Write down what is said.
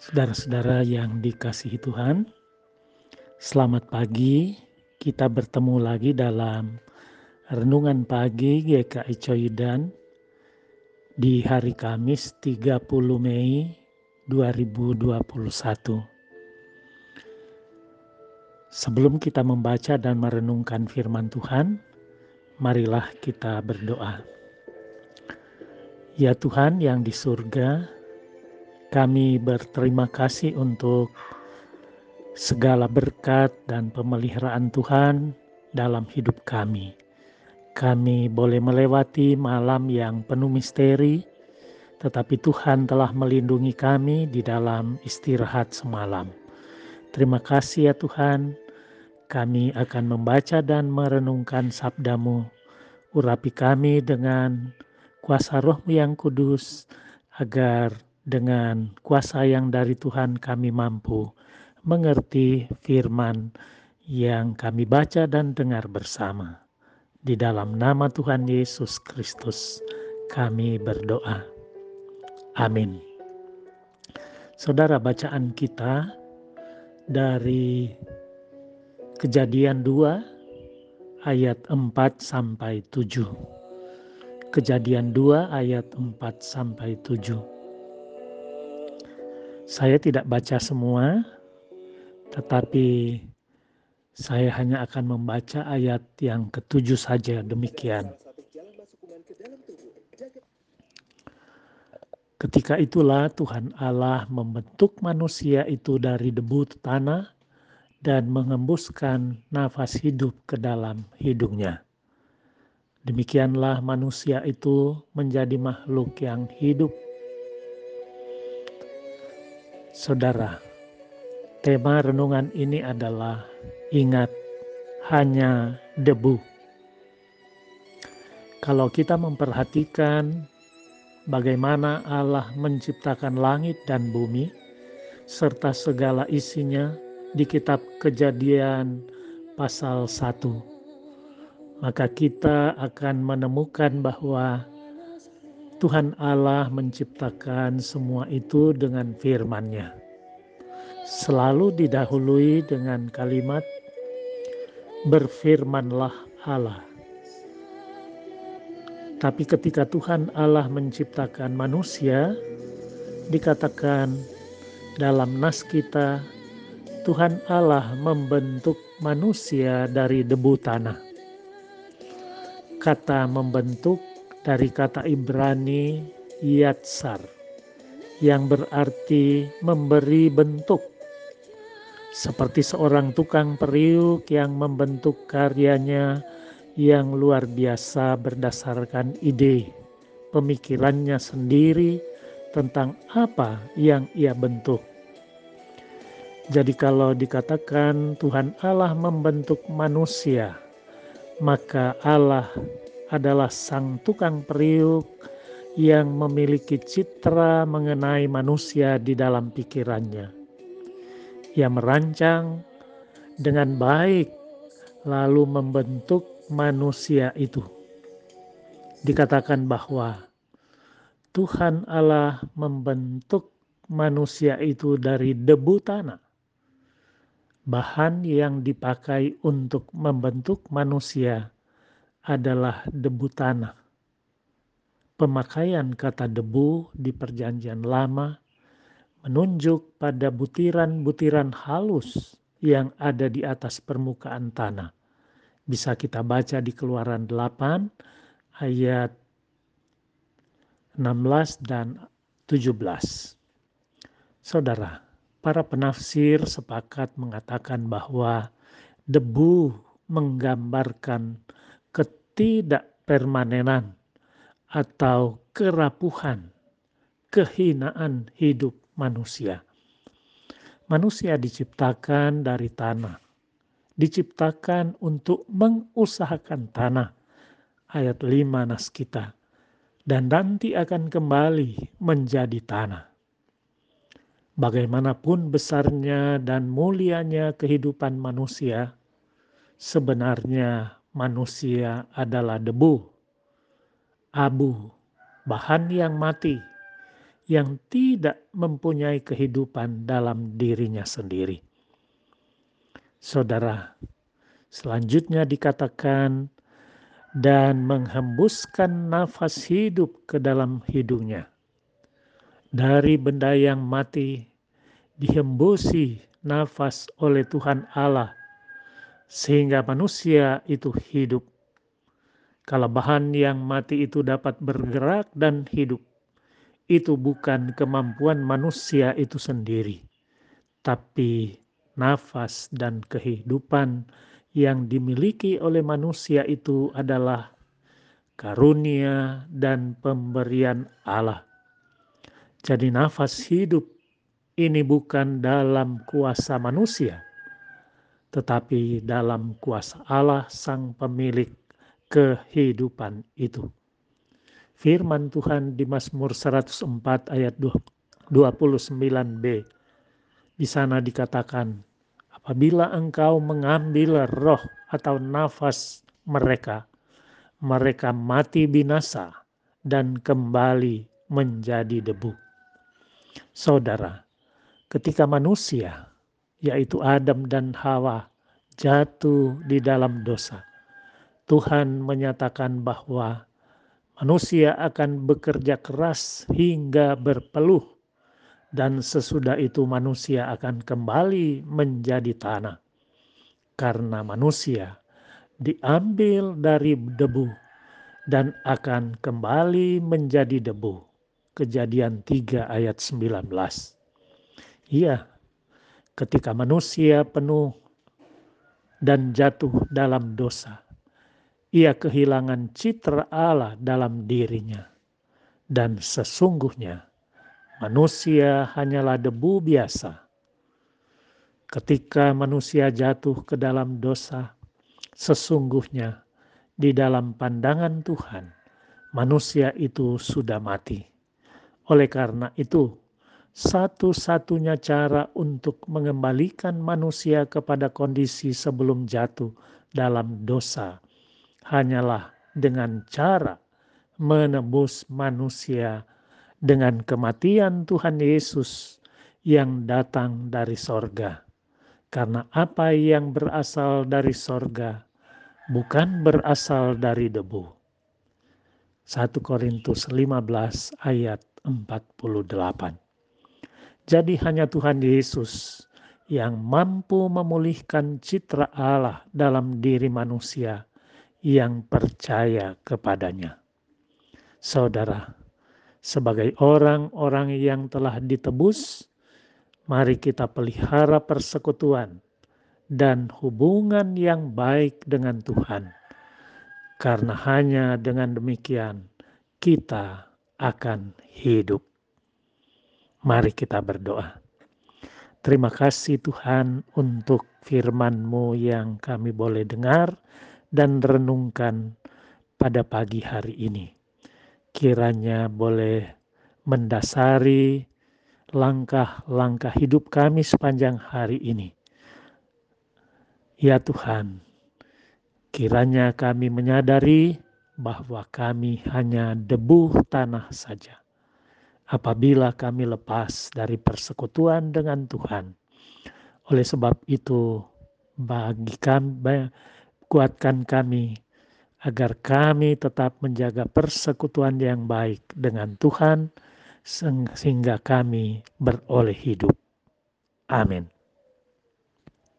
Saudara-saudara yang dikasihi Tuhan, selamat pagi. Kita bertemu lagi dalam Renungan Pagi GKI Coyudan di hari Kamis 30 Mei 2021. Sebelum kita membaca dan merenungkan firman Tuhan, marilah kita berdoa. Ya Tuhan yang di surga, kami berterima kasih untuk segala berkat dan pemeliharaan Tuhan dalam hidup kami. Kami boleh melewati malam yang penuh misteri, tetapi Tuhan telah melindungi kami di dalam istirahat semalam. Terima kasih ya Tuhan, kami akan membaca dan merenungkan sabda-Mu. Urapi kami dengan kuasa Roh-Mu yang kudus, agar dengan kuasa yang dari Tuhan kami mampu mengerti firman yang kami baca dan dengar bersama. Di dalam nama Tuhan Yesus Kristus kami berdoa. Amin. Saudara, bacaan kita dari Kejadian 2 ayat 4 sampai 7. Kejadian 2 ayat 4 sampai 7. Saya tidak baca semua, tetapi saya hanya akan membaca ayat yang ke-7 saja, demikian. Ketika itulah Tuhan Allah membentuk manusia itu dari debu tanah dan mengembuskan nafas hidup ke dalam hidungnya. Demikianlah manusia itu menjadi makhluk yang hidup. Saudara, tema renungan ini adalah ingat hanya debu. Kalau kita memperhatikan bagaimana Allah menciptakan langit dan bumi serta segala isinya di kitab Kejadian pasal 1, maka kita akan menemukan bahwa Tuhan Allah menciptakan semua itu dengan firman-Nya. Selalu didahului dengan kalimat berfirmanlah Allah. Tapi ketika Tuhan Allah menciptakan manusia, dikatakan dalam nas kita, Tuhan Allah membentuk manusia dari debu tanah. Kata membentuk dari kata Ibrani yatsar, yang berarti memberi bentuk. Seperti seorang tukang periuk yang membentuk karyanya yang luar biasa berdasarkan ide, pemikirannya sendiri tentang apa yang ia bentuk. Jadi kalau dikatakan Tuhan Allah membentuk manusia, maka Allah adalah sang tukang periuk yang memiliki citra mengenai manusia di dalam pikirannya. Ia merancang dengan baik lalu membentuk manusia itu. Dikatakan bahwa Tuhan Allah membentuk manusia itu dari debu tanah. Bahan yang dipakai untuk membentuk manusia adalah debu tanah. Pemakaian kata debu di Perjanjian Lama menunjuk pada butiran-butiran halus yang ada di atas permukaan tanah. Bisa kita baca di Keluaran 8 ayat 16 dan 17. Saudara, para penafsir sepakat mengatakan bahwa debu menggambarkan ketidakpermanenan atau kerapuhan, kehinaan hidup manusia. Manusia diciptakan dari tanah, diciptakan untuk mengusahakan tanah, ayat 5 nas kita, dan nanti akan kembali menjadi tanah. Bagaimanapun besarnya dan mulianya kehidupan manusia, sebenarnya manusia adalah debu, abu, bahan yang mati, yang tidak mempunyai kehidupan dalam dirinya sendiri. Saudara, selanjutnya dikatakan, dan menghembuskan nafas hidup ke dalam hidungnya. Dari benda yang mati dihembusi nafas oleh Tuhan Allah, sehingga manusia itu hidup. Kalau bahan yang mati itu dapat bergerak dan hidup, itu bukan kemampuan manusia itu sendiri, tapi nafas dan kehidupan yang dimiliki oleh manusia itu adalah karunia dan pemberian Allah. Jadi nafas hidup ini bukan dalam kuasa manusia, tetapi dalam kuasa Allah sang pemilik kehidupan itu. Firman Tuhan di Mazmur 104 ayat 29b. Di sana dikatakan, apabila engkau mengambil roh atau nafas mereka, mereka mati binasa dan kembali menjadi debu. Saudara, ketika manusia, yaitu Adam dan Hawa, jatuh di dalam dosa, Tuhan menyatakan bahwa manusia akan bekerja keras hingga berpeluh, dan sesudah itu manusia akan kembali menjadi tanah. Karena manusia diambil dari debu dan akan kembali menjadi debu. Kejadian 3 ayat 19. Iya, ketika manusia penuh dan jatuh dalam dosa, ia kehilangan citra Allah dalam dirinya. Dan sesungguhnya manusia hanyalah debu biasa. Ketika manusia jatuh ke dalam dosa, sesungguhnya di dalam pandangan Tuhan, manusia itu sudah mati. Oleh karena itu, satu-satunya cara untuk mengembalikan manusia kepada kondisi sebelum jatuh dalam dosa hanyalah dengan cara menebus manusia dengan kematian Tuhan Yesus yang datang dari sorga. Karena apa yang berasal dari sorga bukan berasal dari debu. 1 Korintus 15 ayat 48. Jadi hanya Tuhan Yesus yang mampu memulihkan citra Allah dalam diri manusia yang percaya kepadanya. Saudara, sebagai orang-orang yang telah ditebus, mari kita pelihara persekutuan dan hubungan yang baik dengan Tuhan. Karena hanya dengan demikian kita akan hidup. Mari kita berdoa. Terima kasih Tuhan untuk firman-Mu yang kami boleh dengar dan renungkan pada pagi hari ini. Kiranya boleh mendasari langkah-langkah hidup kami sepanjang hari ini. Ya Tuhan, kiranya kami menyadari bahwa kami hanya debu tanah saja. Apabila kami lepas dari persekutuan dengan Tuhan. Oleh sebab itu, bagi kami, kuatkan kami agar kami tetap menjaga persekutuan yang baik dengan Tuhan sehingga kami beroleh hidup. Amin.